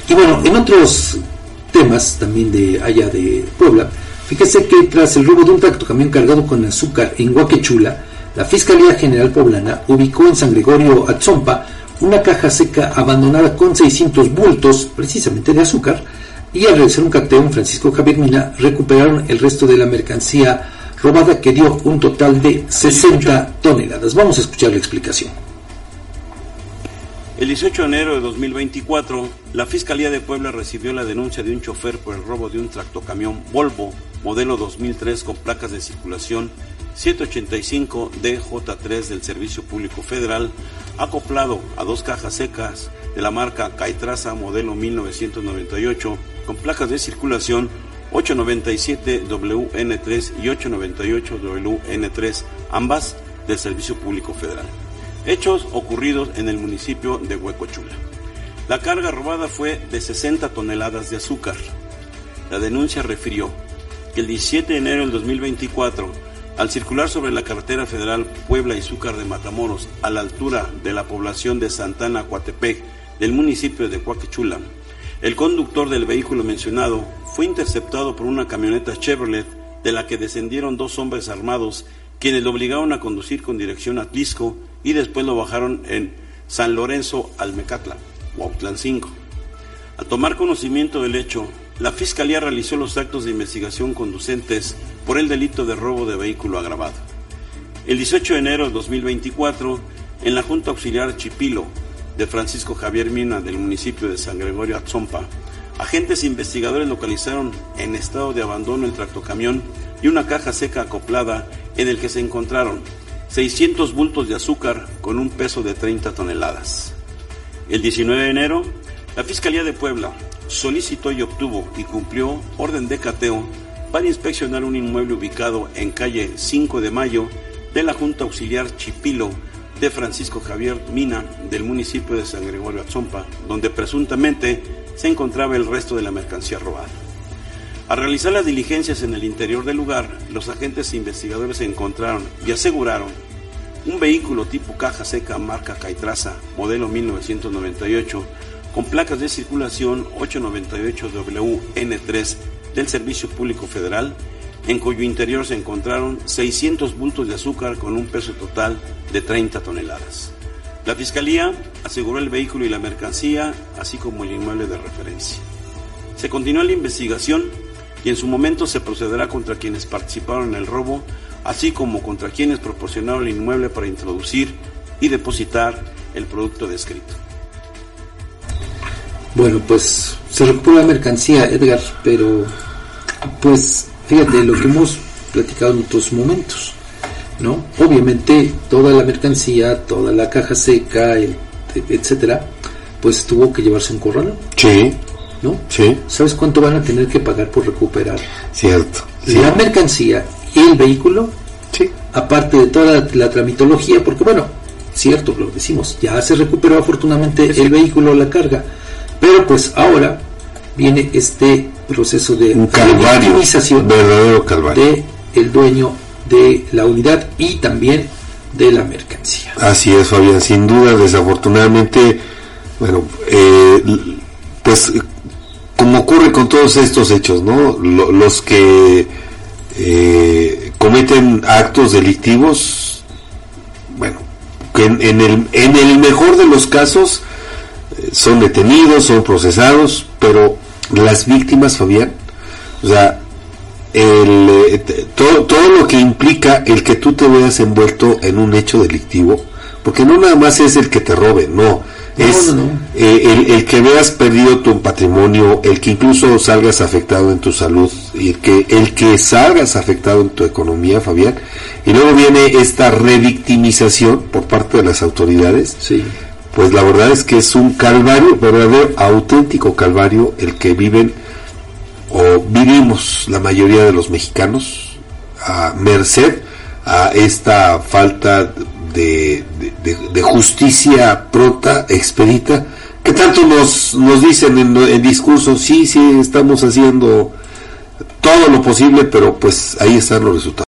Y bueno, en otros temas también de allá de Puebla, fíjese que tras el robo de un tractocamión cargado con azúcar en Huaquechula, la Fiscalía General Poblana ubicó en San Gregorio Atzompa una caja seca abandonada con 600 bultos, precisamente de azúcar, y al realizar un cateo en Francisco Javier Mina, recuperaron el resto de la mercancía robada, que dio un total de 60 toneladas. Vamos a escuchar la explicación. El 18 de enero de 2024, la Fiscalía de Puebla recibió la denuncia de un chofer por el robo de un tractocamión Volvo, modelo 2003, con placas de circulación 785DJ3 del Servicio Público Federal, acoplado a 2 cajas secas de la marca Caitraza, modelo 1998, con placas de circulación 897WN3 y 898WN3, ambas del Servicio Público Federal. Hechos ocurridos en el municipio de Huaquechula. La carga robada fue de 60 toneladas de azúcar. La denuncia refirió que el 17 de enero del 2024, al circular sobre la carretera federal Puebla-Izúcar de Matamoros, a la altura de la población de Santana, Coatepec, del municipio de Huaquechula, el conductor del vehículo mencionado fue interceptado por una camioneta Chevrolet, de la que descendieron 2 hombres armados, quienes lo obligaron a conducir con dirección a Atlisco y después lo bajaron en San Lorenzo Almecatla, Huautlán 5. Al tomar conocimiento del hecho, la Fiscalía realizó los actos de investigación conducentes por el delito de robo de vehículo agravado. El 18 de enero de 2024, en la Junta Auxiliar Chipilo de Francisco Javier Mina del municipio de San Gregorio Atzompa, agentes investigadores localizaron en estado de abandono el tractocamión y una caja seca acoplada en el que se encontraron 600 bultos de azúcar con un peso de 30 toneladas. El 19 de enero, la Fiscalía de Puebla solicitó y obtuvo y cumplió orden de cateo para inspeccionar un inmueble ubicado en calle 5 de Mayo de la Junta Auxiliar Chipilo de Francisco Javier Mina del municipio de San Gregorio Atzompa, donde presuntamente se encontraba el resto de la mercancía robada. Al realizar las diligencias en el interior del lugar, los agentes investigadores encontraron y aseguraron un vehículo tipo caja seca marca Caitraza, modelo 1998, con placas de circulación 898WN3 del Servicio Público Federal, en cuyo interior se encontraron 600 bultos de azúcar con un peso total de 30 toneladas. La Fiscalía aseguró el vehículo y la mercancía, así como el inmueble de referencia. Se continúa la investigación y en su momento se procederá contra quienes participaron en el robo, así como contra quienes proporcionaron el inmueble para introducir y depositar el producto descrito. Bueno, pues se recupera la mercancía, Edgar, pero pues fíjate lo que hemos platicado en otros momentos, ¿no? Obviamente toda la mercancía, toda la caja seca, etcétera, pues tuvo que llevarse un corral. Sí. ¿No? Sí. ¿Sabes cuánto van a tener que pagar por recuperar? Cierto. La mercancía y el vehículo. Sí. Aparte de toda la tramitología, porque bueno, cierto, lo decimos, ya se recuperó afortunadamente el vehículo, la carga, pero pues ahora viene este proceso de victimización, verdadero calvario, de el dueño de la unidad y también de la mercancía. Así es, Fabián, sin duda, desafortunadamente, bueno, pues como ocurre con todos estos hechos, ¿no? Los que cometen actos delictivos, bueno, que en el mejor de los casos son detenidos, son procesados, pero las víctimas, Fabián, o sea, todo lo que implica el que tú te veas envuelto en un hecho delictivo, porque no nada más es el que te robe, no. El que veas perdido tu patrimonio, el que incluso salgas afectado en tu salud, y el que salgas afectado en tu economía, Fabián, y luego viene esta revictimización por parte de las autoridades. Sí. Pues la verdad es que es un calvario, verdadero, auténtico calvario, el que viven o vivimos la mayoría de los mexicanos a merced a esta falta de justicia pronta, expedita, que tanto nos dicen en discursos, sí, estamos haciendo todo lo posible, pero pues ahí están los resultados.